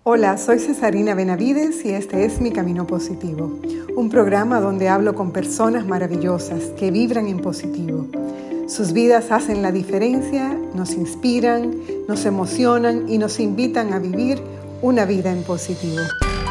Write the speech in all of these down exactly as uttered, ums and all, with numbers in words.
Hola, soy Cesarina Benavides y este es Mi Camino Positivo, un programa donde hablo con personas maravillosas que vibran en positivo. Sus vidas hacen la diferencia, nos inspiran, nos emocionan y nos invitan a vivir una vida en positivo.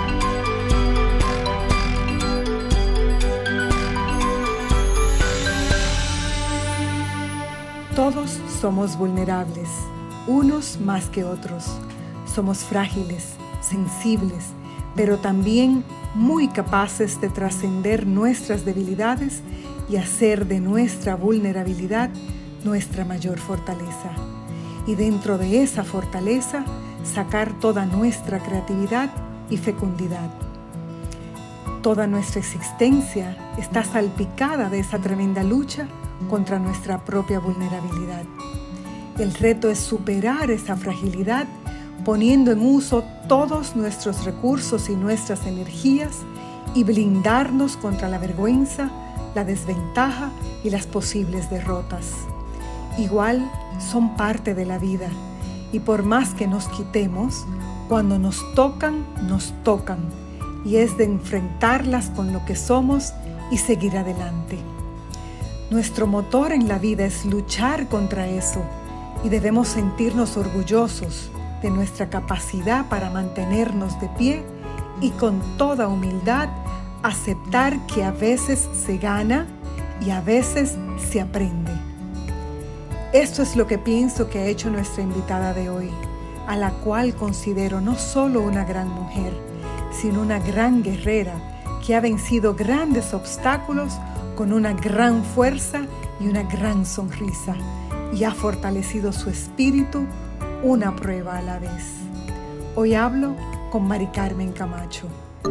Todos somos vulnerables, unos más que otros. Somos frágiles, sensibles, pero también muy capaces de trascender nuestras debilidades y hacer de nuestra vulnerabilidad nuestra mayor fortaleza. Y dentro de esa fortaleza, sacar toda nuestra creatividad y fecundidad. Toda nuestra existencia está salpicada de esa tremenda lucha contra nuestra propia vulnerabilidad. El reto es superar esa fragilidad poniendo en uso todos nuestros recursos y nuestras energías y blindarnos contra la vergüenza, la desventaja y las posibles derrotas. Igual son parte de la vida y por más que nos quitemos, cuando nos tocan, nos tocan y es de enfrentarlas con lo que somos y seguir adelante. Nuestro motor en la vida es luchar contra eso y debemos sentirnos orgullosos de nuestra capacidad para mantenernos de pie y con toda humildad aceptar que a veces se gana y a veces se aprende. Esto es lo que pienso que ha hecho nuestra invitada de hoy, a la cual considero no solo una gran mujer, sino una gran guerrera que ha vencido grandes obstáculos con una gran fuerza y una gran sonrisa y ha fortalecido su espíritu una prueba a la vez. Hoy hablo con Mari Carmen Camacho.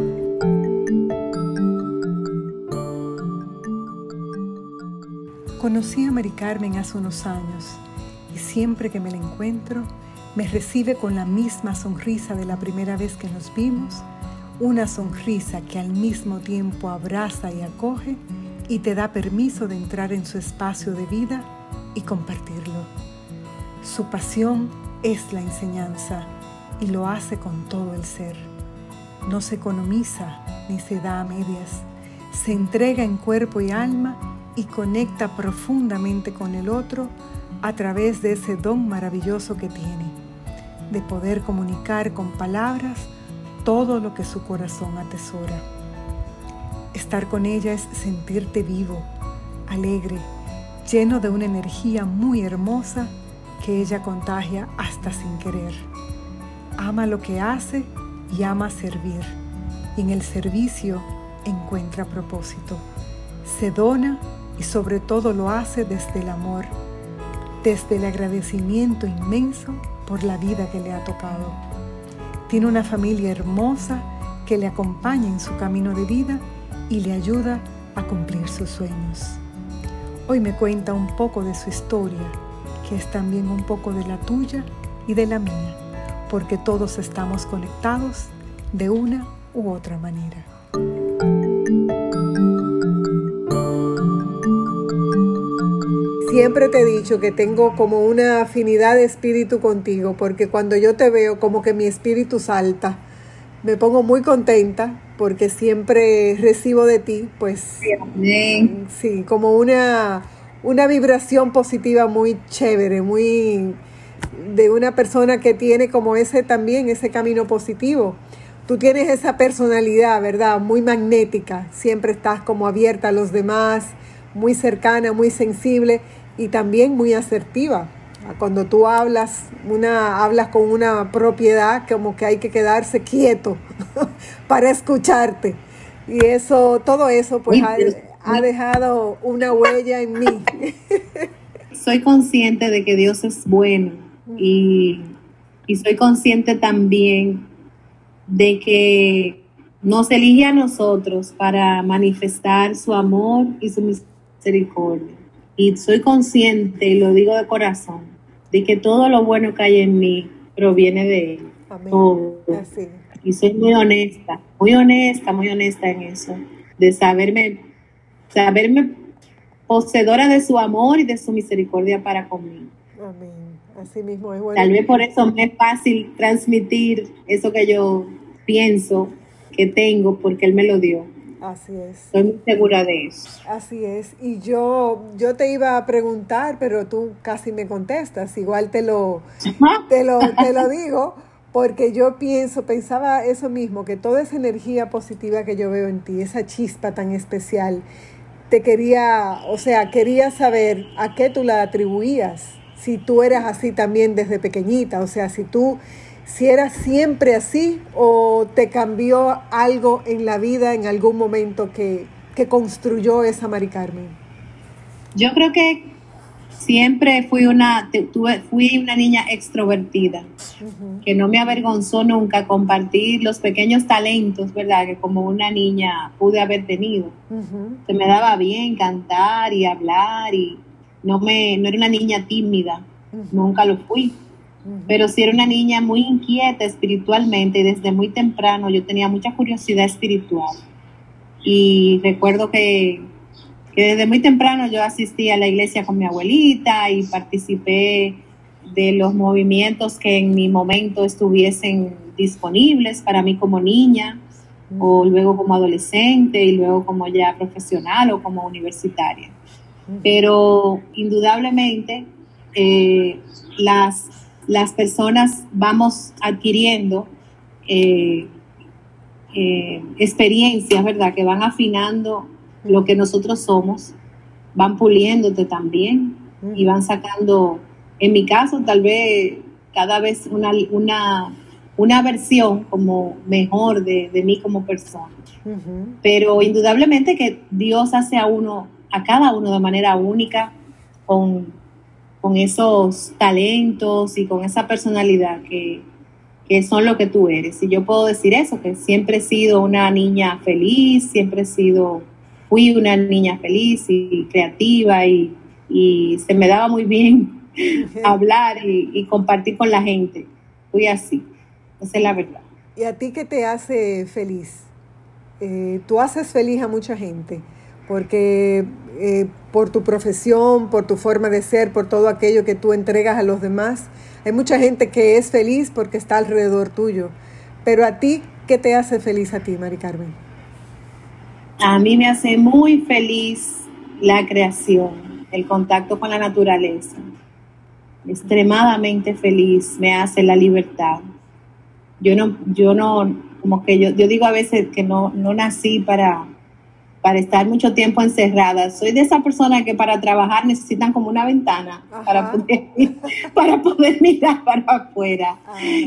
Conocí a Mari Carmen hace unos años y siempre que me la encuentro me recibe con la misma sonrisa de la primera vez que nos vimos, una sonrisa que al mismo tiempo abraza y acoge y te da permiso de entrar en su espacio de vida y compartirlo. Su pasión es la enseñanza y lo hace con todo el ser. No se economiza ni se da a medias. Se entrega en cuerpo y alma y conecta profundamente con el otro a través de ese don maravilloso que tiene, de poder comunicar con palabras todo lo que su corazón atesora. Estar con ella es sentirte vivo, alegre, lleno de una energía muy hermosa que ella contagia hasta sin querer. Ama lo que hace y ama servir. Y en el servicio encuentra propósito. Se dona y sobre todo lo hace desde el amor, desde el agradecimiento inmenso por la vida que le ha tocado. Tiene una familia hermosa que le acompaña en su camino de vida y le ayuda a cumplir sus sueños. Hoy me cuenta un poco de su historia, que es también un poco de la tuya y de la mía, porque todos estamos conectados de una u otra manera. Siempre te he dicho que tengo como una afinidad de espíritu contigo, porque cuando yo te veo como que mi espíritu salta, me pongo muy contenta porque siempre recibo de ti, pues, Amén. Sí, como una... una vibración positiva muy chévere, muy de una persona que tiene como ese también, ese camino positivo. Tú tienes esa personalidad, ¿verdad? Muy magnética, siempre estás como abierta a los demás, muy cercana, muy sensible y también muy asertiva. Cuando tú hablas, una, hablas con una propiedad, como que hay que quedarse quieto para escucharte. Y eso, todo eso, pues, ha, ha dejado una huella en mí. Soy consciente de que Dios es bueno y, y soy consciente también de que nos elige a nosotros para manifestar su amor y su misericordia. Y soy consciente, y lo digo de corazón, de que todo lo bueno que hay en mí proviene de Él. Amén. Todo. Así. Y soy muy honesta, muy honesta, muy honesta en eso, de saberme, saberme poseedora de su amor y de su misericordia para conmigo. Amén. Así mismo es bueno. Tal vez por eso me es fácil transmitir eso que yo pienso que tengo, porque Él me lo dio. Así es. Estoy muy segura de eso. Así es. Y yo, yo te iba a preguntar, pero tú casi me contestas. Igual te lo, te lo, te lo digo, porque yo pienso, pensaba eso mismo, que toda esa energía positiva que yo veo en ti, esa chispa tan especial, te quería, o sea, quería saber a qué tú la atribuías. Si tú eras así también desde pequeñita, o sea, si tú, si eras siempre así o te cambió algo en la vida en algún momento que, que construyó esa Mari Carmen. Yo creo que siempre fui una, tuve, fui una niña extrovertida, uh-huh. que no me avergonzó nunca compartir los pequeños talentos, ¿verdad? Que como una niña pude haber tenido. Uh-huh. Se me daba bien cantar y hablar y no me, no era una niña tímida, uh-huh. nunca lo fui. Uh-huh. Pero sí era una niña muy inquieta espiritualmente y desde muy temprano yo tenía mucha curiosidad espiritual. Y recuerdo que que desde muy temprano yo asistí a la iglesia con mi abuelita y participé de los movimientos que en mi momento estuviesen disponibles para mí como niña, mm. o luego como adolescente y luego como ya profesional o como universitaria. Mm. Pero indudablemente eh, las, las personas vamos adquiriendo eh, eh, experiencias, ¿verdad?, que van afinando lo que nosotros somos, van puliéndote también uh-huh. y van sacando, en mi caso tal vez cada vez una, una, una versión como mejor de, de mí como persona. Uh-huh. Pero indudablemente que Dios hace a uno, a cada uno de manera única, con, con esos talentos y con esa personalidad que, que son lo que tú eres. Y yo puedo decir eso, que siempre he sido una niña feliz, siempre he sido... Fui una niña feliz y creativa y, y se me daba muy bien hablar y, y compartir con la gente. Fui así, esa es la verdad. ¿Y a ti qué te hace feliz? Eh, tú haces feliz a mucha gente porque eh, por tu profesión, por tu forma de ser, por todo aquello que tú entregas a los demás, hay mucha gente que es feliz porque está alrededor tuyo. Pero a ti, ¿qué te hace feliz a ti, Mari Carmen? A mí me hace muy feliz la creación, el contacto con la naturaleza. Extremadamente feliz me hace la libertad. Yo no, yo no, como que yo, yo digo a veces que no, no nací para, para estar mucho tiempo encerrada. Soy de esa persona que para trabajar necesitan como una ventana para poder, para poder mirar para afuera.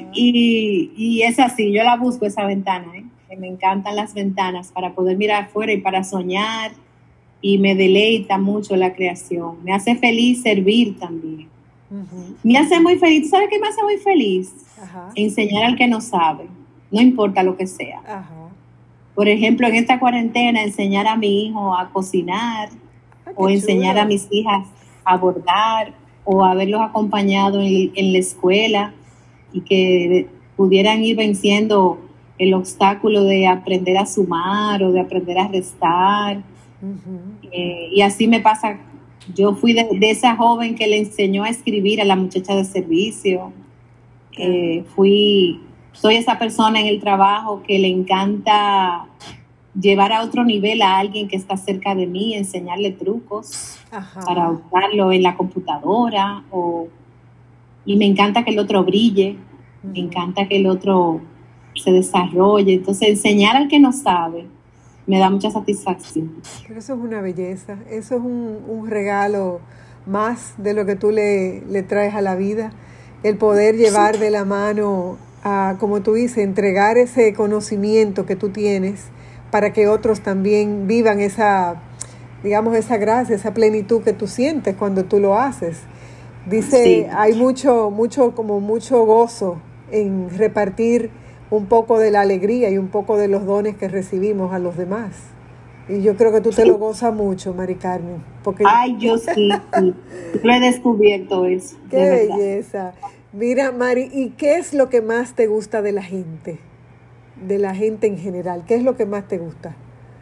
Y, y es así, yo la busco esa ventana, ¿eh? Me encantan las ventanas para poder mirar afuera y para soñar, y me deleita mucho la creación. Me hace feliz servir también. Uh-huh. Me hace muy feliz. ¿Sabes qué me hace muy feliz? Uh-huh. Enseñar al que no sabe, no importa lo que sea. Uh-huh. Por ejemplo, en esta cuarentena, enseñar a mi hijo a cocinar, ah, o enseñar chulo. A mis hijas a bordar, o haberlos acompañado en, en la escuela y que pudieran ir venciendo el obstáculo de aprender a sumar o de aprender a restar. Uh-huh. Eh, y así me pasa. Yo fui de, de esa joven que le enseñó a escribir a la muchacha de servicio. Uh-huh. Eh, fui, soy esa persona en el trabajo que le encanta llevar a otro nivel a alguien que está cerca de mí, enseñarle trucos uh-huh. para usarlo en la computadora. O, y me encanta que el otro brille, uh-huh. me encanta que el otro se desarrolle. Entonces, enseñar al que no sabe me da mucha satisfacción. Pero eso es una belleza, eso es un, un regalo más de lo que tú le, le traes a la vida, el poder llevar sí. de la mano a, como tú dices, entregar ese conocimiento que tú tienes para que otros también vivan esa, digamos, esa gracia, esa plenitud que tú sientes cuando tú lo haces. Dice, sí. hay mucho, mucho, como mucho gozo en repartir un poco de la alegría y un poco de los dones que recibimos a los demás. Y yo creo que tú te lo gozas mucho, Mari Carmen. Porque... Ay, yo sí, sí. Lo he descubierto eso. Qué de belleza. Verdad. Mira, Mari, ¿y qué es lo que más te gusta de la gente? De la gente en general. ¿Qué es lo que más te gusta?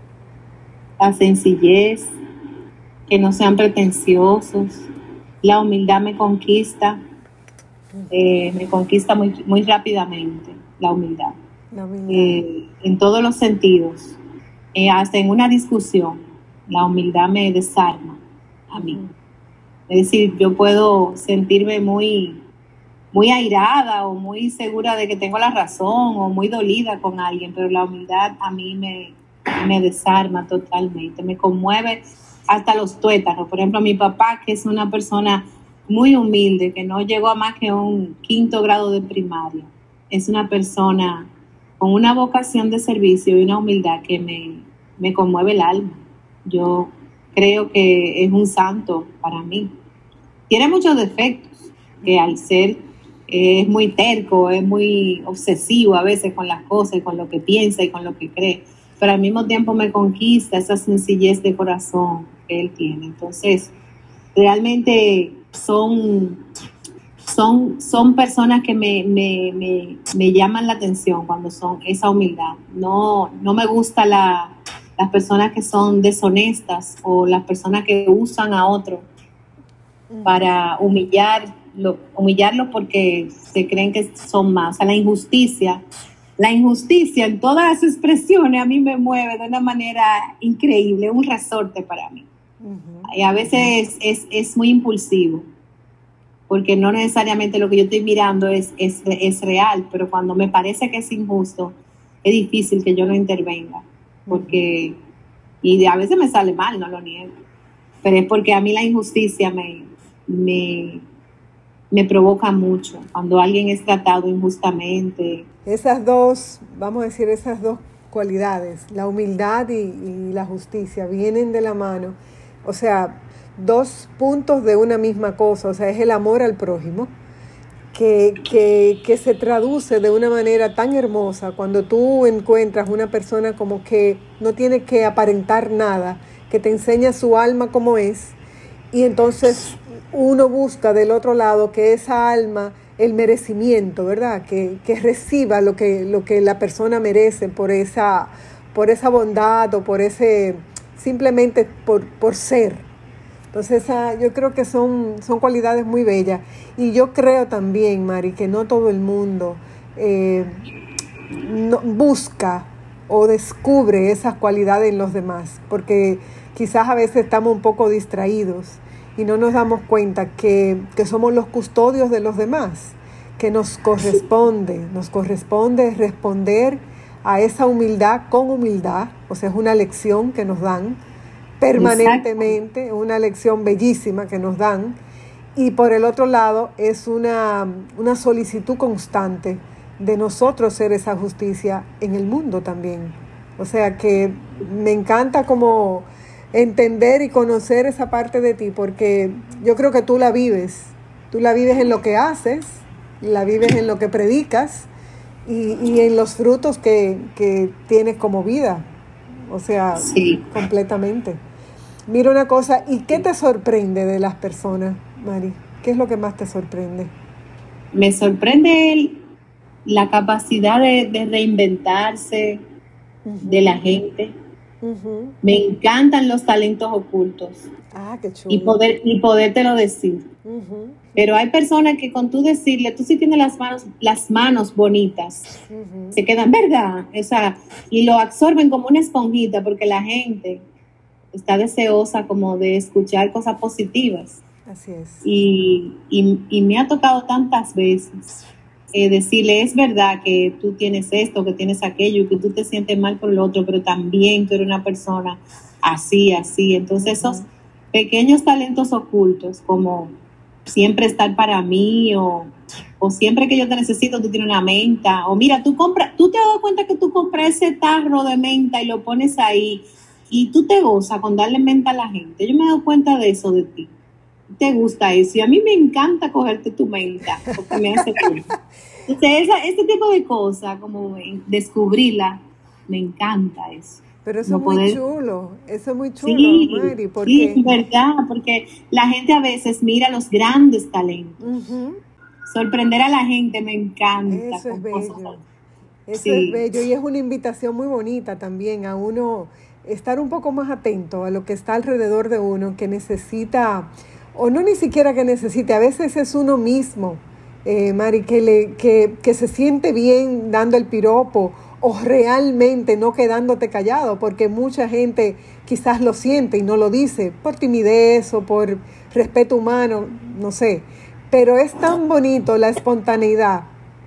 La sencillez, que no sean pretenciosos. La humildad me conquista. eh, me conquista muy, muy rápidamente la humildad. La humildad. Eh, en todos los sentidos. Eh, hasta en una discusión, la humildad me desarma a mí. Uh-huh. Es decir, yo puedo sentirme muy, muy airada o muy segura de que tengo la razón o muy dolida con alguien, pero la humildad a mí me, me desarma totalmente, me conmueve hasta los tuétanos. Por ejemplo, mi papá, que es una persona muy humilde, que no llegó a más que un quinto grado de primaria, es una persona con una vocación de servicio y una humildad que me, me conmueve el alma. Yo creo que es un santo para mí. Tiene muchos defectos, que al ser eh, es muy terco, es muy obsesivo a veces con las cosas y con lo que piensa y con lo que cree, pero al mismo tiempo me conquista esa sencillez de corazón que él tiene. Entonces, realmente son, son, son personas que me, me, me, me llaman la atención cuando son esa humildad. No, no me gusta la, las personas que son deshonestas o las personas que usan a otro para humillarlo, humillarlo porque se creen que son más. O sea, la injusticia, la injusticia en todas las expresiones a mí me mueve de una manera increíble, un resorte para mí. Uh-huh. Y a veces es, es muy impulsivo, porque no necesariamente lo que yo estoy mirando es, es, es real, pero cuando me parece que es injusto, es difícil que yo no intervenga, porque, y a veces me sale mal, no lo niego, pero es porque a mí la injusticia me, me, me provoca mucho, cuando alguien es tratado injustamente. Esas dos, vamos a decir, esas dos cualidades, la humildad y, y la justicia, vienen de la mano, o sea, dos puntos de una misma cosa, o sea, es el amor al prójimo, que, que, que se traduce de una manera tan hermosa cuando tú encuentras una persona como que no tiene que aparentar nada, que te enseña su alma como es, y entonces uno busca del otro lado que esa alma, el merecimiento, ¿verdad? Que, que reciba lo que, lo que la persona merece por esa, por esa bondad o por ese, simplemente por, por ser. Entonces, esa, yo creo que son, son cualidades muy bellas. Y yo creo también, Mari, que no todo el mundo eh, no, busca o descubre esas cualidades en los demás, porque quizás a veces estamos un poco distraídos y no nos damos cuenta que, que somos los custodios de los demás, que nos corresponde, nos corresponde responder a esa humildad con humildad, o sea, es una lección que nos dan permanentemente, exacto, una lección bellísima que nos dan, y por el otro lado es una, una solicitud constante de nosotros ser esa justicia en el mundo también. O sea que me encanta como entender y conocer esa parte de ti, porque yo creo que tú la vives, tú la vives en lo que haces, la vives en lo que predicas y, y en los frutos que, que tienes como vida, o sea, sí, completamente. Mira una cosa, ¿y qué te sorprende de las personas, Mari? ¿Qué es lo que más te sorprende? Me sorprende la capacidad de, de reinventarse uh-huh. de la gente. Uh-huh. Me encantan los talentos ocultos. Ah, qué chulo. Y, poder, y podértelo decir. Uh-huh. Pero hay personas que con tú decirle, tú sí tienes las manos, las manos bonitas, uh-huh. se quedan, ¿verdad? O sea, y lo absorben como una esponjita porque la gente está deseosa como de escuchar cosas positivas. Así es. Y, y, y me ha tocado tantas veces eh, decirle, es verdad que tú tienes esto, que tienes aquello, que tú te sientes mal por lo otro, pero también tú eres una persona así, así. Entonces esos uh-huh. pequeños talentos ocultos, como siempre estar para mí, o, o siempre que yo te necesito, tú tienes una menta, o mira, tú compras, tú te has dado cuenta que tú compras ese tarro de menta y lo pones ahí, y tú te gozas con darle menta a la gente. Yo me he dado cuenta de eso de ti. Te gusta eso. Y a mí me encanta cogerte tu menta, porque me hace bien. Entonces, esa, este tipo de cosas, como descubrirla, me encanta eso. Pero eso no es muy poder... chulo. Eso es muy chulo, sí, Mari. ¿Por sí, qué? verdad, porque la gente a veces mira los grandes talentos. Uh-huh. Sorprender a la gente me encanta. Eso es bello. Eso sí. es bello. Y es una invitación muy bonita también a uno estar un poco más atento a lo que está alrededor de uno, que necesita, o no ni siquiera que necesite, a veces es uno mismo eh, Mari, que, le, que, que se siente bien dando el piropo o realmente no quedándote callado, porque mucha gente quizás lo siente y no lo dice por timidez o por respeto humano, no sé. Pero es tan bonito la espontaneidad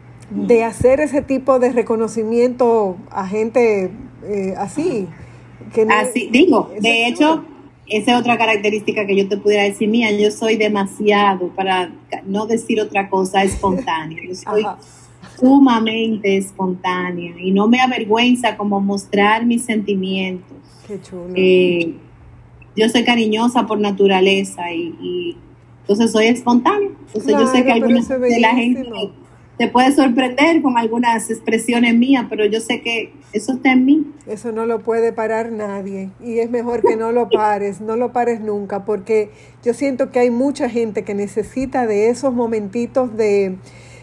de hacer ese tipo de reconocimiento a gente eh, así. Que no, así, digo, de hecho, esa es otra característica que yo te pudiera decir mía. Yo soy demasiado, para no decir otra cosa, espontánea. Yo soy Ajá. sumamente espontánea y no me avergüenza como mostrar mis sentimientos. Qué chulo. Eh, yo soy cariñosa por naturaleza y, y entonces soy espontánea. Entonces claro, yo sé que alguna de la gente te puede sorprender con algunas expresiones mías, pero yo sé que eso está en mí. Eso no lo puede parar nadie y es mejor que no lo pares, no lo pares nunca, porque yo siento que hay mucha gente que necesita de esos momentitos de...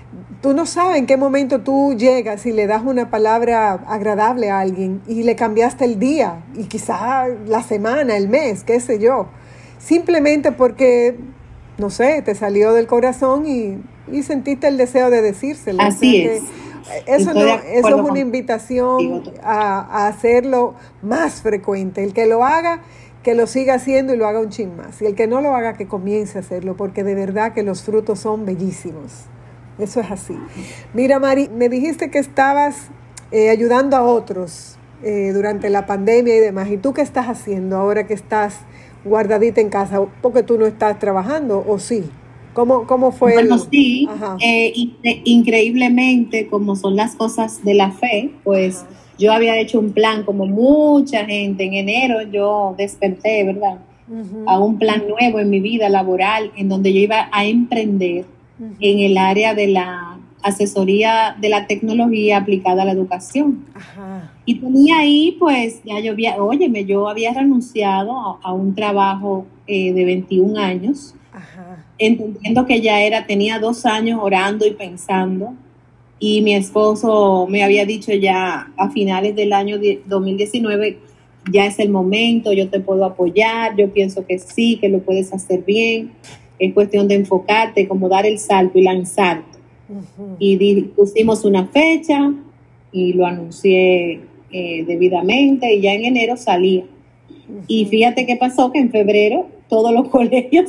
Tú no sabes en qué momento tú llegas y le das una palabra agradable a alguien y le cambiaste el día y quizá la semana, el mes, qué sé yo. Simplemente porque, no sé, te salió del corazón y, y sentiste el deseo de decírselo. Así o sea es. Eso, no, eso es una invitación a, a hacerlo más frecuente. El que lo haga, que lo siga haciendo y lo haga un chin más. Y el que no lo haga, que comience a hacerlo, porque de verdad que los frutos son bellísimos. Eso es así. Mira, Mari, me dijiste que estabas eh, ayudando a otros eh, durante la pandemia y demás. ¿Y tú qué estás haciendo ahora que estás guardadita en casa? ¿Porque tú no estás trabajando o sí? ¿Cómo, cómo fue? Bueno, el... sí. Eh, in- increíblemente, como son las cosas de la fe, pues Ajá. yo había hecho un plan como mucha gente. En enero yo desperté, ¿verdad? Uh-huh. A un plan nuevo en mi vida laboral en donde yo iba a emprender Uh-huh. en el área de la asesoría de la tecnología aplicada a la educación. Ajá. Y tenía ahí, pues, ya yo había, óyeme, yo había renunciado a, a un trabajo eh, de veintiún años, Ajá. entendiendo que ya era, tenía dos años orando y pensando, y mi esposo me había dicho ya a finales del año dos mil diecinueve, ya es el momento, yo te puedo apoyar, yo pienso que sí, que lo puedes hacer bien. Es cuestión de enfocarte, como dar el salto y lanzarte. Uh-huh. Y di, pusimos una fecha y lo anuncié eh, debidamente y ya en enero salía. Uh-huh. Y fíjate qué pasó, que en febrero todos los colegios,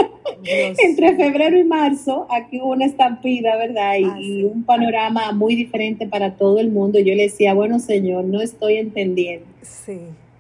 Ay, entre febrero y marzo, aquí hubo una estampida, ¿verdad? Y, Ay, sí. y un panorama muy diferente para todo el mundo. Yo le decía, bueno, Señor, no estoy entendiendo. Sí.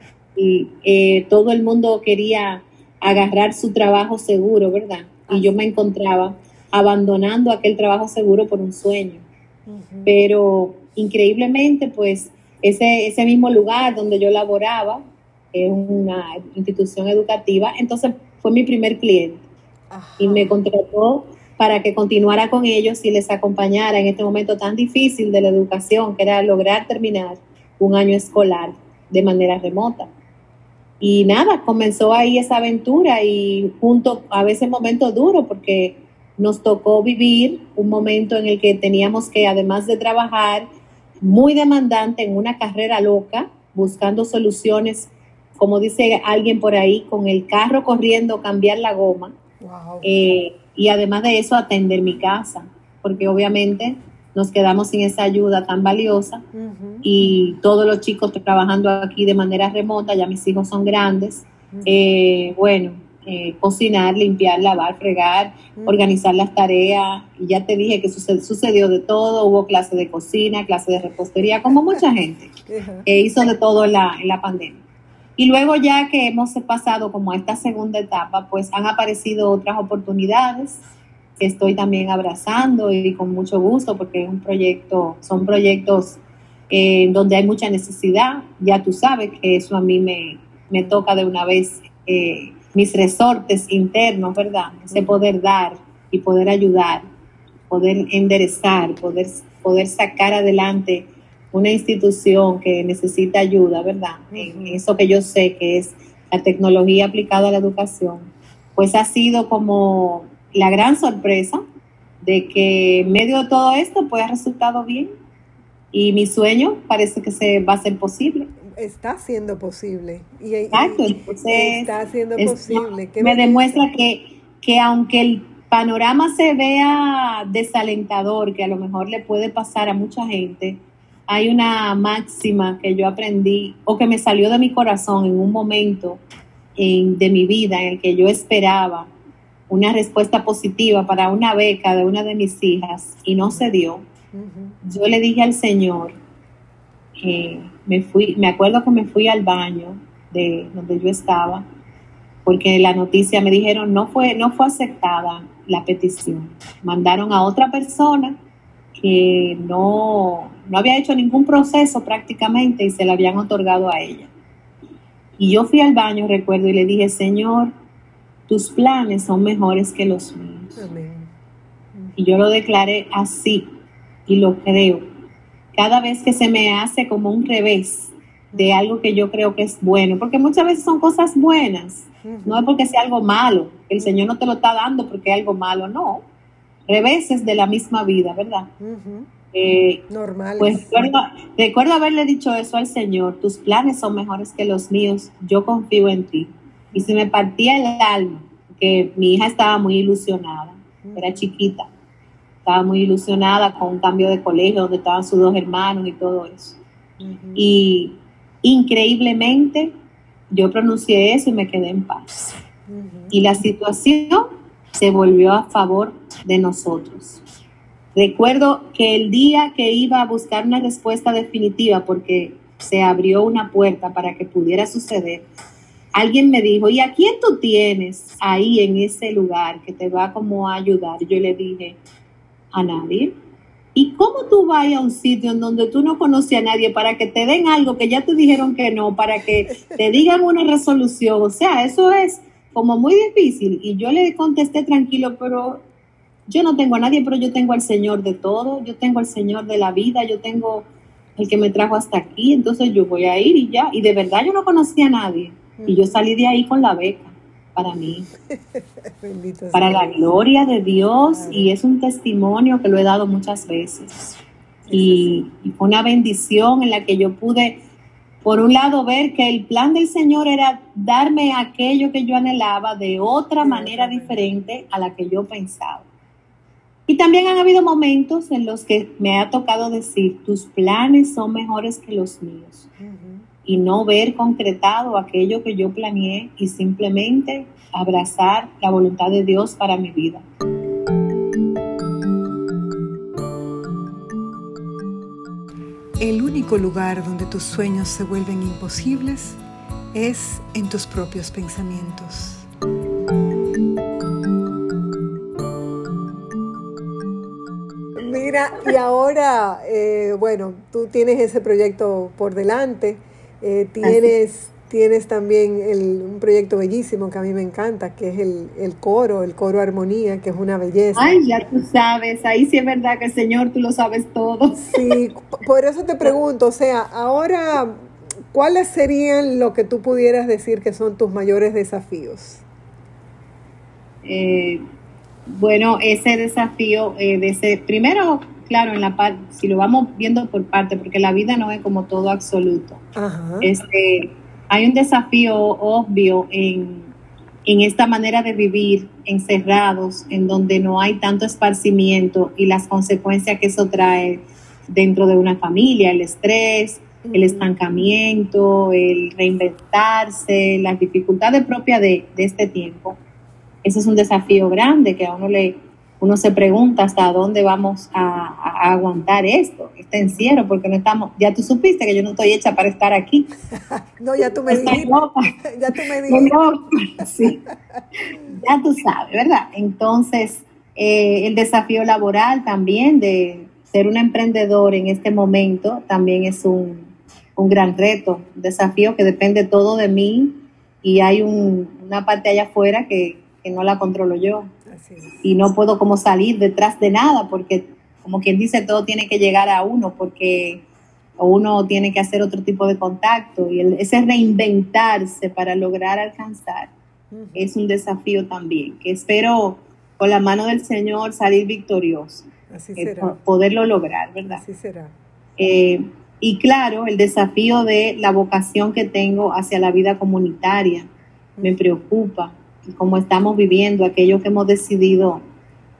Y eh, todo el mundo quería agarrar su trabajo seguro, ¿verdad? Y yo me encontraba abandonando aquel trabajo seguro por un sueño. Uh-huh. Pero increíblemente, pues, ese, ese mismo lugar donde yo laboraba, es una institución educativa, entonces fue mi primer cliente. Ajá. Y me contrató para que continuara con ellos y les acompañara en este momento tan difícil de la educación, que era lograr terminar un año escolar de manera remota. Y nada, comenzó ahí esa aventura y junto a veces momentos duros porque nos tocó vivir un momento en el que teníamos que, además de trabajar muy demandante en una carrera loca, buscando soluciones, como dice alguien por ahí, con el carro corriendo, cambiar la goma. Wow. Eh, y además de eso, atender mi casa, porque obviamente nos quedamos sin esa ayuda tan valiosa. Uh-huh. Y todos los chicos trabajando aquí de manera remota, ya mis hijos son grandes. Uh-huh. Eh, bueno, eh, cocinar, limpiar, lavar, fregar, uh-huh. organizar las tareas. Y ya te dije que suced- sucedió de todo. Hubo clase de cocina, clase de repostería, como mucha gente uh-huh. que hizo de todo en la, en la pandemia. Y luego ya que hemos pasado como a esta segunda etapa, pues han aparecido otras oportunidades que estoy también abrazando y con mucho gusto porque es un proyecto, son proyectos eh, donde hay mucha necesidad. Ya tú sabes que eso a mí me, me toca de una vez eh, mis resortes internos, ¿verdad? Ese poder dar y poder ayudar, poder enderezar, poder, poder sacar adelante una institución que necesita ayuda, ¿verdad? Uh-huh. En eso que yo sé que es la tecnología aplicada a la educación, pues ha sido como la gran sorpresa de que en medio de todo esto pues ha resultado bien y mi sueño parece que se va a hacer posible. Está siendo posible. Y, y, Exacto, entonces está siendo es, posible. Me demuestra que, que aunque el panorama se vea desalentador, que a lo mejor le puede pasar a mucha gente, hay una máxima que yo aprendí o que me salió de mi corazón en un momento en, de mi vida en el que yo esperaba una respuesta positiva para una beca de una de mis hijas y no se dio. Uh-huh. Yo le dije al Señor, eh, me fui, me acuerdo que me fui al baño de donde yo estaba, porque la noticia me dijeron no fue, no fue aceptada la petición. Mandaron a otra persona que no, no había hecho ningún proceso prácticamente y se la habían otorgado a ella. Y yo fui al baño, recuerdo, y le dije, Señor, tus planes son mejores que los míos. Amén. Y yo lo declaré así y lo creo. Cada vez que se me hace como un revés de algo que yo creo que es bueno, porque muchas veces son cosas buenas, uh-huh. No es porque sea algo malo, el Señor no te lo está dando porque es algo malo, no. Reveses de la misma vida, ¿verdad? Uh-huh. Eh, Normal. Pues recuerdo, recuerdo haberle dicho eso al Señor, tus planes son mejores que los míos, yo confío en ti. Y se me partía el alma, que mi hija estaba muy ilusionada, uh-huh. Era chiquita, estaba muy ilusionada con un cambio de colegio donde estaban sus dos hermanos y todo eso. Uh-huh. Y increíblemente yo pronuncié eso y me quedé en paz. Uh-huh. Y la situación se volvió a favor de nosotros. Recuerdo que el día que iba a buscar una respuesta definitiva, porque se abrió una puerta para que pudiera suceder, alguien me dijo, ¿y a quién tú tienes ahí en ese lugar que te va como a ayudar? Yo le dije, a nadie. ¿Y cómo tú vas a un sitio en donde tú no conoces a nadie para que te den algo que ya te dijeron que no, para que te digan una resolución? O sea, eso es como muy difícil. Y yo le contesté tranquilo, pero yo no tengo a nadie, pero yo tengo al Señor de todo, yo tengo al Señor de la vida, yo tengo el que me trajo hasta aquí, entonces yo voy a ir y ya. Y de verdad yo no conocía a nadie. Y yo salí de ahí con la beca para mí, para la gloria de Dios, claro. Y es un testimonio que lo he dado muchas veces. Y, y fue una bendición en la que yo pude, por un lado, ver que el plan del Señor era darme aquello que yo anhelaba de otra manera diferente a la que yo pensaba. Y también han habido momentos en los que me ha tocado decir, tus planes son mejores que los míos. Uh-huh. Y no ver concretado aquello que yo planeé y simplemente abrazar la voluntad de Dios para mi vida. El único lugar donde tus sueños se vuelven imposibles es en tus propios pensamientos. Mira, y ahora, eh, bueno, tú tienes ese proyecto por delante, eh, tienes, tienes también el, un proyecto bellísimo que a mí me encanta, que es el, el coro, el coro Armonía, que es una belleza. Ay, ya tú sabes, ahí sí es verdad que el Señor, tú lo sabes todo. Sí, por eso te pregunto, o sea, ahora, ¿cuáles serían lo que tú pudieras decir que son tus mayores desafíos? Eh... Bueno, ese desafío, eh, de ese, primero, claro, en la parte, si lo vamos viendo por parte, porque la vida no es como todo absoluto. Ajá. Este, hay un desafío obvio en, en esta manera de vivir encerrados, en donde no hay tanto esparcimiento y las consecuencias que eso trae dentro de una familia, el estrés, uh-huh. El estancamiento, el reinventarse, las dificultades propias de, de este tiempo. Ese es un desafío grande que a uno le uno se pregunta hasta dónde vamos a, a aguantar esto, este encierro, porque no estamos, ya tú supiste que yo no estoy hecha para estar aquí. No, ya tú me dijiste. Ya tú me dijiste. Sí. Ya tú sabes, ¿verdad? Entonces, eh, el desafío laboral también de ser un emprendedor en este momento también es un, un gran reto, un desafío que depende todo de mí y hay un, una parte allá afuera que que no la controlo yo. Así es. Y no puedo como salir detrás de nada porque, como quien dice, todo tiene que llegar a uno porque uno tiene que hacer otro tipo de contacto y el, ese reinventarse para lograr alcanzar uh-huh. Es un desafío también que espero con la mano del Señor salir victorioso. Así será. Eh, poderlo lograr, ¿verdad? Así será. Eh, y claro, el desafío de la vocación que tengo hacia la vida comunitaria uh-huh. Me preocupa. Como estamos viviendo, aquello que hemos decidido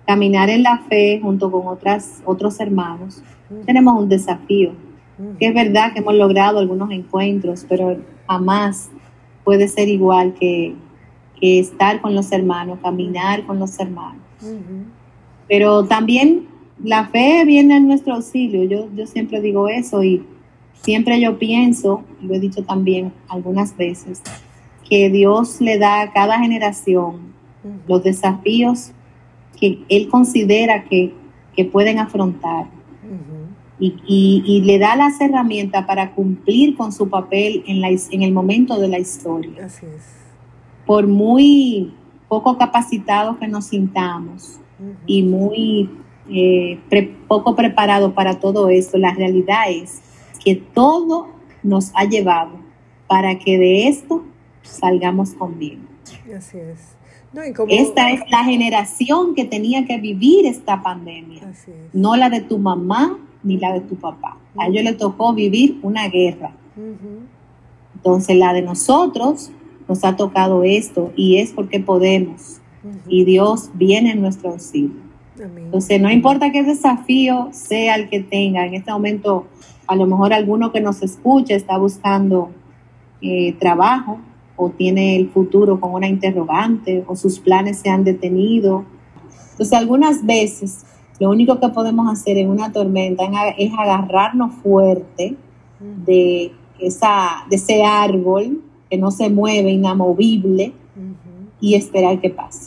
caminar en la fe junto con otras, otros hermanos, tenemos un desafío. Que es verdad que hemos logrado algunos encuentros, pero jamás puede ser igual que, que estar con los hermanos, caminar con los hermanos. Uh-huh. Pero también la fe viene en nuestro auxilio. Yo, yo siempre digo eso y siempre yo pienso, y lo he dicho también algunas veces, que Dios le da a cada generación uh-huh. los desafíos que Él considera que, que pueden afrontar. Uh-huh. Y, y, y le da las herramientas para cumplir con su papel en, la, en el momento de la historia. Así es. Por muy poco capacitados que nos sintamos uh-huh. y muy eh, pre, poco preparados para todo esto, la realidad es que todo nos ha llevado para que de esto salgamos con bien. Así es. No, y como... Esta es la generación que tenía que vivir esta pandemia, Así es. No la de tu mamá ni la de tu papá. A ellos les tocó vivir una guerra. Uh-huh. Entonces la de nosotros nos ha tocado esto y es porque podemos. Uh-huh. Y Dios viene en nuestro auxilio. Amén. Entonces no importa qué desafío sea el que tenga. En este momento a lo mejor alguno que nos escuche está buscando eh, trabajo o tiene el futuro con una interrogante o sus planes se han detenido. Entonces algunas veces lo único que podemos hacer en una tormenta es agarrarnos fuerte de, esa, de ese árbol que no se mueve, inamovible, uh-huh. y esperar que pase.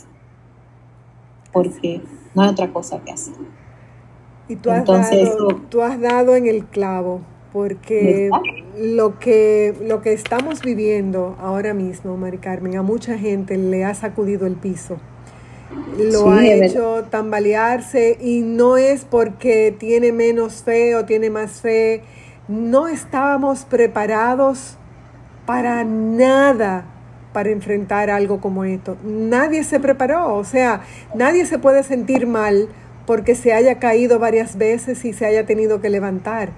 Porque no hay otra cosa que hacer. Y tú has, Entonces, dado, tú has dado en el clavo, porque lo que, lo que estamos viviendo ahora mismo, Mari Carmen, a mucha gente le ha sacudido el piso. Lo sí, ha hecho verdad. tambalearse y no es porque tiene menos fe o tiene más fe. No estábamos preparados para nada para enfrentar algo como esto. Nadie se preparó, o sea, nadie se puede sentir mal porque se haya caído varias veces y se haya tenido que levantar.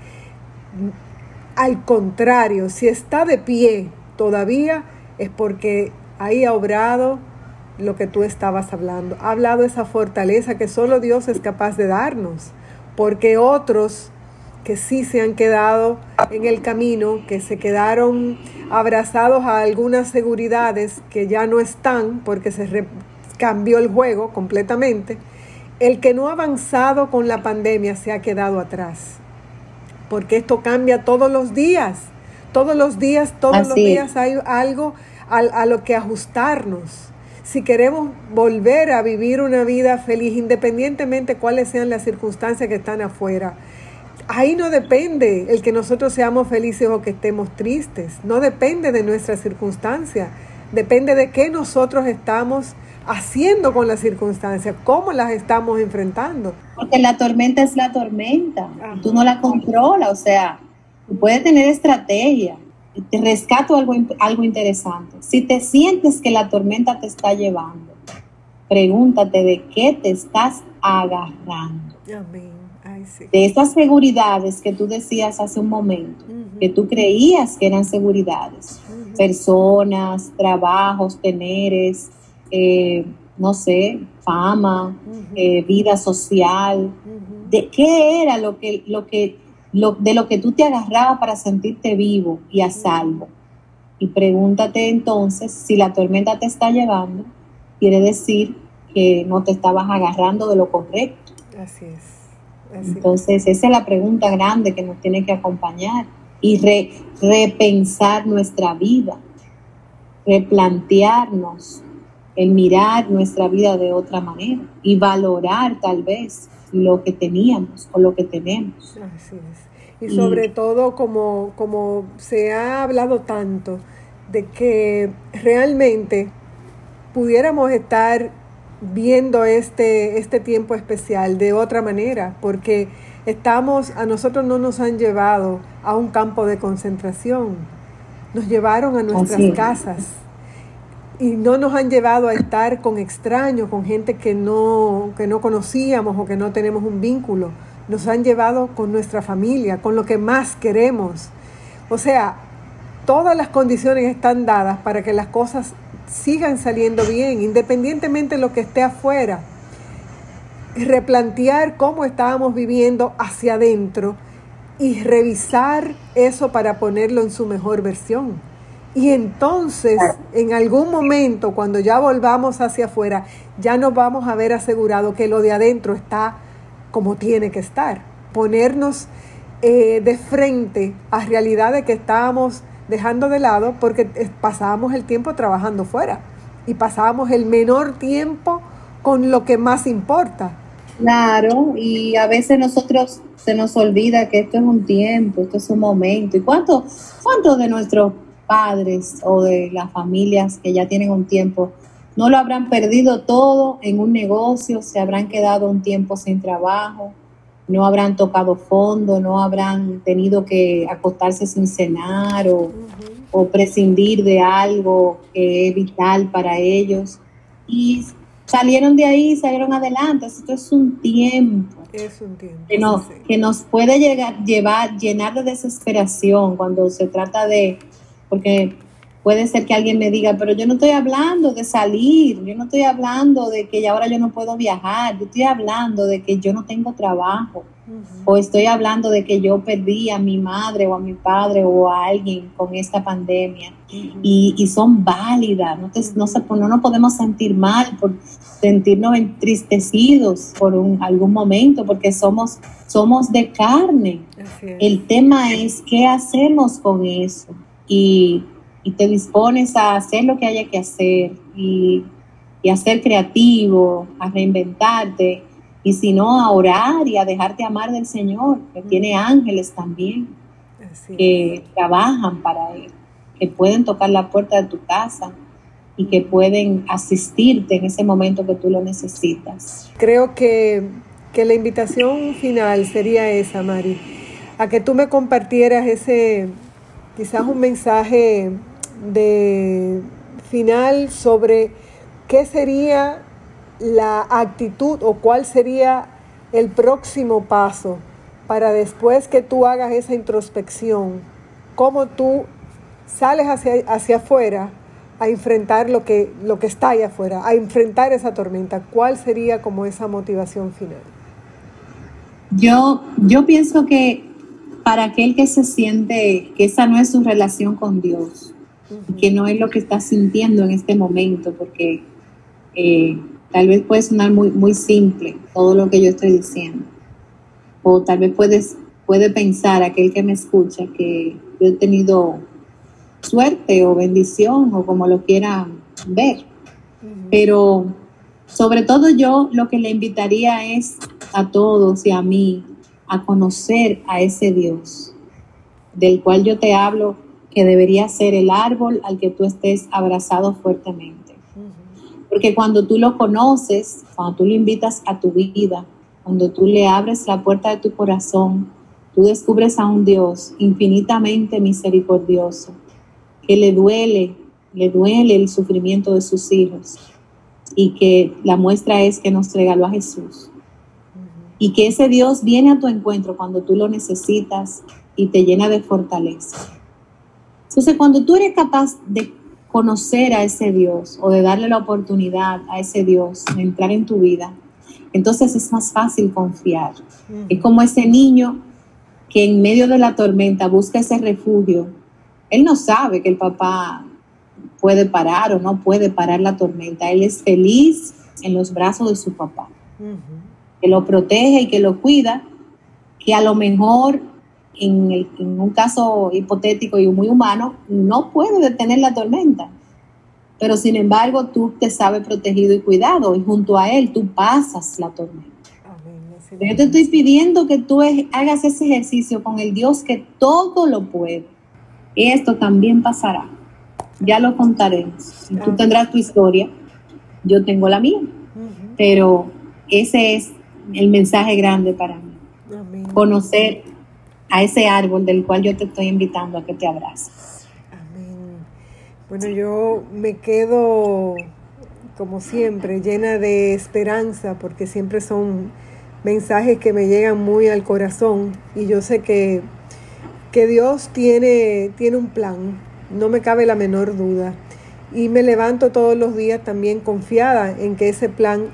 Al contrario, si está de pie todavía es porque ahí ha obrado lo que tú estabas hablando. Ha hablado esa fortaleza que solo Dios es capaz de darnos, porque otros que sí se han quedado en el camino, que se quedaron abrazados a algunas seguridades que ya no están porque se re- cambió el juego completamente, el que no ha avanzado con la pandemia se ha quedado atrás, porque esto cambia todos los días, todos los días, todos Así los días hay algo a, a lo que ajustarnos. Si queremos volver a vivir una vida feliz, independientemente cuáles sean las circunstancias que están afuera, ahí no depende el que nosotros seamos felices o que estemos tristes. No depende de nuestras circunstancias. Depende de qué nosotros estamos haciendo con las circunstancias, cómo las estamos enfrentando. Porque la tormenta es la tormenta. Ajá. Tú no la controlas. O sea, tú puedes tener estrategia. Te rescato algo, algo interesante. Si te sientes que la tormenta te está llevando, pregúntate de qué te estás agarrando. Amén. Ay, sí. De esas seguridades que tú decías hace un momento, uh-huh. que tú creías que eran seguridades, uh-huh. personas, trabajos, teneres, eh, no sé, fama, uh-huh. eh, vida social. Uh-huh. ¿De qué era lo que, lo que Lo, de lo que tú te agarrabas para sentirte vivo y a salvo? Y pregúntate entonces, si la tormenta te está llevando, quiere decir que no te estabas agarrando de lo correcto. Así es. Así entonces, esa es la pregunta grande que nos tiene que acompañar y re, repensar nuestra vida, replantearnos el mirar nuestra vida de otra manera y valorar tal vez lo que teníamos o lo que tenemos. Así es. Y sobre y, todo, como, como se ha hablado tanto, de que realmente pudiéramos estar viendo este, este tiempo especial de otra manera, porque estamos, a nosotros no nos han llevado a un campo de concentración, nos llevaron a nuestras Así. casas. Y no nos han llevado a estar con extraños, con gente que no, que no conocíamos o que no tenemos un vínculo. Nos han llevado con nuestra familia, con lo que más queremos. O sea, todas las condiciones están dadas para que las cosas sigan saliendo bien, independientemente de lo que esté afuera. replantear cómo estábamos viviendo hacia adentro y revisar eso para ponerlo en su mejor versión. Y entonces, en algún momento, cuando ya volvamos hacia afuera, ya nos vamos a ver asegurado que lo de adentro está como tiene que estar. Ponernos eh, de frente a realidades que estábamos dejando de lado porque pasábamos el tiempo trabajando fuera y pasábamos el menor tiempo con lo que más importa. Claro, y a veces nosotros se nos olvida que esto es un tiempo, esto es un momento. ¿Y cuánto, cuántos de nuestros padres o de las familias que ya tienen un tiempo no lo habrán perdido todo en un negocio, se habrán quedado un tiempo sin trabajo, no habrán tocado fondo, no habrán tenido que acostarse sin cenar o, uh-huh. o prescindir de algo que es vital para ellos? Y salieron de ahí, salieron adelante. Esto es un tiempo, es un tiempo que, nos, sí. que nos puede llegar, llevar, llenar de desesperación cuando se trata de, porque puede ser que alguien me diga, pero yo no estoy hablando de salir, yo no estoy hablando de que ya ahora yo no puedo viajar, yo estoy hablando de que yo no tengo trabajo, uh-huh. o estoy hablando de que yo perdí a mi madre o a mi padre o a alguien con esta pandemia, uh-huh. y, y son válidas, no, te, no, se, no nos podemos sentir mal por sentirnos entristecidos por un, algún momento, porque somos, somos de carne. El tema es qué hacemos con eso, y y te dispones a hacer lo que haya que hacer y, y a ser creativo, a reinventarte, y si no, a orar y a dejarte amar del Señor, que tiene ángeles también, Así que es. trabajan para Él, que pueden tocar la puerta de tu casa y que pueden asistirte en ese momento que tú lo necesitas. Creo que, que la invitación final sería esa, Mari, a que tú me compartieras ese, quizás un mensaje de final sobre qué sería la actitud o cuál sería el próximo paso para después que tú hagas esa introspección, cómo tú sales hacia, hacia afuera a enfrentar lo que, lo que está allá afuera, a enfrentar esa tormenta. ¿Cuál sería como esa motivación final? Yo, yo pienso que para aquel que se siente que esa no es su relación con Dios, uh-huh. que no es lo que está sintiendo en este momento, porque eh, tal vez puede sonar muy, muy simple todo lo que yo estoy diciendo, o tal vez puedes, puede pensar aquel que me escucha que yo he tenido suerte o bendición o como lo quiera ver, uh-huh. pero sobre todo yo lo que le invitaría es a todos y a mí a conocer a ese Dios del cual yo te hablo, que debería ser el árbol al que tú estés abrazado fuertemente. Uh-huh. Porque cuando tú lo conoces, cuando tú lo invitas a tu vida, cuando tú le abres la puerta de tu corazón, tú descubres a un Dios infinitamente misericordioso, que le duele, le duele el sufrimiento de sus hijos, y que la muestra es que nos regaló a Jesús. Y que ese Dios viene a tu encuentro cuando tú lo necesitas y te llena de fortaleza. Entonces, cuando tú eres capaz de conocer a ese Dios o de darle la oportunidad a ese Dios de entrar en tu vida, entonces es más fácil confiar. Mm. Es como ese niño que en medio de la tormenta busca ese refugio. Él no sabe que el papá puede parar o no puede parar la tormenta. Él es feliz en los brazos de su papá. Uh-huh. Que lo protege y que lo cuida, que a lo mejor en, el, en un caso hipotético y muy humano no puede detener la tormenta, pero sin embargo tú te sabes protegido y cuidado, y junto a él tú pasas la tormenta. Amén. Yo te estoy pidiendo que tú hagas ese ejercicio con el Dios que todo lo puede. Esto también pasará, ya lo contaremos. Tú tendrás tu historia, yo tengo la mía, uh-huh. pero ese es el mensaje grande para mí. Amén. Conocer a ese árbol del cual yo te estoy invitando a que te abraces. Amén. Bueno, yo me quedo, como siempre, llena de esperanza, porque siempre son mensajes que me llegan muy al corazón, y yo sé que, que Dios tiene, tiene un plan, no me cabe la menor duda. Y me levanto todos los días también confiada en que ese plan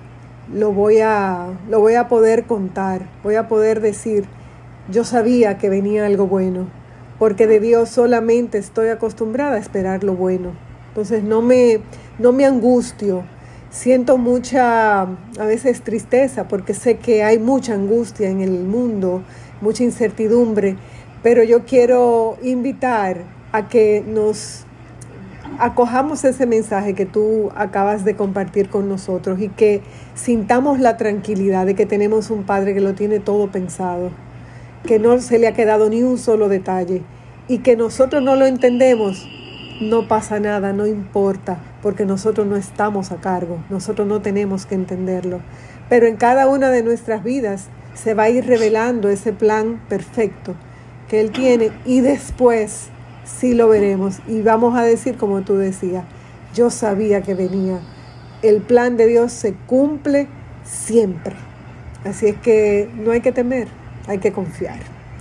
lo voy a, lo voy a poder contar, voy a poder decir, yo sabía que venía algo bueno, porque de Dios solamente estoy acostumbrada a esperar lo bueno. Entonces no me, no me angustio, siento mucha, a veces tristeza, porque sé que hay mucha angustia en el mundo, mucha incertidumbre, pero yo quiero invitar a que nos acojamos ese mensaje que tú acabas de compartir con nosotros y que sintamos la tranquilidad de que tenemos un Padre que lo tiene todo pensado, que no se le ha quedado ni un solo detalle y que nosotros no lo entendemos. No pasa nada, no importa, porque nosotros no estamos a cargo, nosotros no tenemos que entenderlo. Pero en cada una de nuestras vidas se va a ir revelando ese plan perfecto que Él tiene y después sí lo veremos y vamos a decir como tú decías, yo sabía que venía. El plan de Dios se cumple siempre. Así es que no hay que temer, hay que confiar.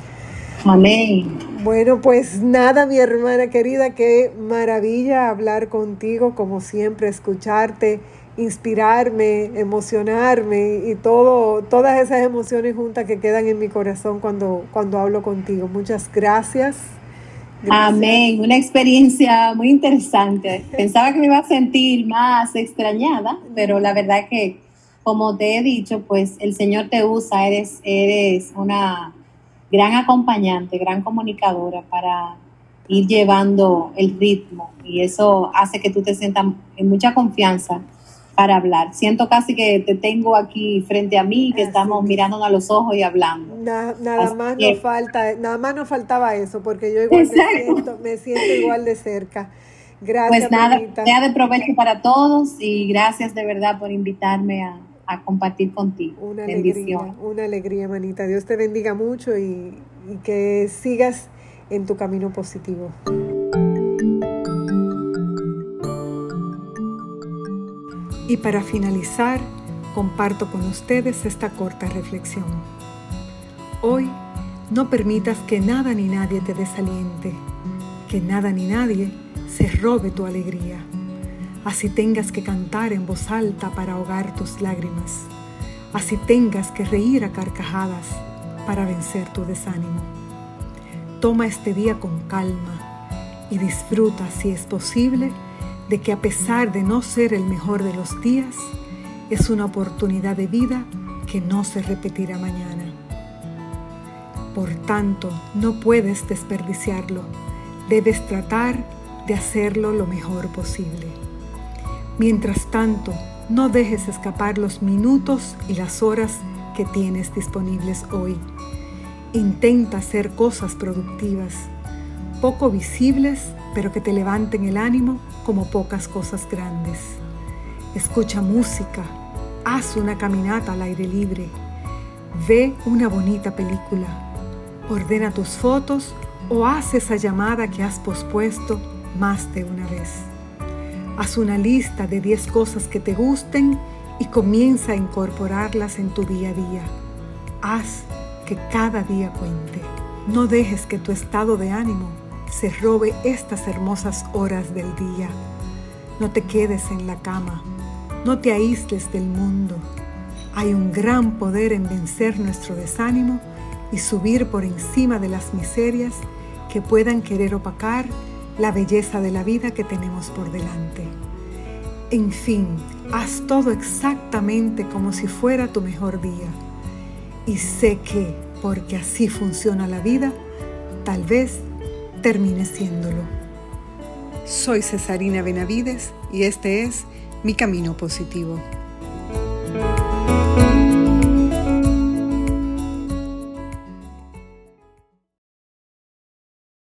Amén. Bueno, pues nada, mi hermana querida, qué maravilla hablar contigo, como siempre, escucharte, inspirarme, emocionarme y todo, todas esas emociones juntas que quedan en mi corazón cuando, cuando hablo contigo. Muchas gracias. Gracias. Amén, una experiencia muy interesante. Pensaba que me iba a sentir más extrañada, pero la verdad que, como te he dicho, pues el Señor te usa, eres, eres una gran acompañante, gran comunicadora para ir llevando el ritmo y eso hace que tú te sientas en mucha confianza para hablar. Siento casi que te tengo aquí frente a mí, que Así estamos es. mirándonos a los ojos y hablando. Na, nada Así más que, nos falta, nada más nos faltaba eso, porque yo igual me siento, me siento igual de cerca. Gracias. Pues nada, sea de provecho para todos y gracias de verdad por invitarme a, a compartir contigo. Una Bendición. alegría, una alegría, manita. Dios te bendiga mucho y, y que sigas en tu camino positivo. Y para finalizar, comparto con ustedes esta corta reflexión. Hoy, no permitas que nada ni nadie te desaliente, que nada ni nadie se robe tu alegría. Así tengas que cantar en voz alta para ahogar tus lágrimas. Así tengas que reír a carcajadas para vencer tu desánimo. Toma este día con calma y disfruta, si es posible, de que a pesar de no ser el mejor de los días, es una oportunidad de vida que no se repetirá mañana. Por tanto, no puedes desperdiciarlo. Debes tratar de hacerlo lo mejor posible. Mientras tanto, no dejes escapar los minutos y las horas que tienes disponibles hoy. Intenta hacer cosas productivas, poco visibles, pero que te levanten el ánimo como pocas cosas grandes. Escucha música, haz una caminata al aire libre, ve una bonita película, ordena tus fotos o haz esa llamada que has pospuesto más de una vez. Haz una lista de diez cosas que te gusten y comienza a incorporarlas en tu día a día. Haz que cada día cuente. No dejes que tu estado de ánimo se robe estas hermosas horas del día. No te quedes en la cama. No te aísles del mundo. Hay un gran poder en vencer nuestro desánimo y subir por encima de las miserias que puedan querer opacar la belleza de la vida que tenemos por delante. En fin, haz todo exactamente como si fuera tu mejor día. Y sé que, porque así funciona la vida, tal vez termine siéndolo. Soy Cesarina Benavides y este es Mi Camino Positivo.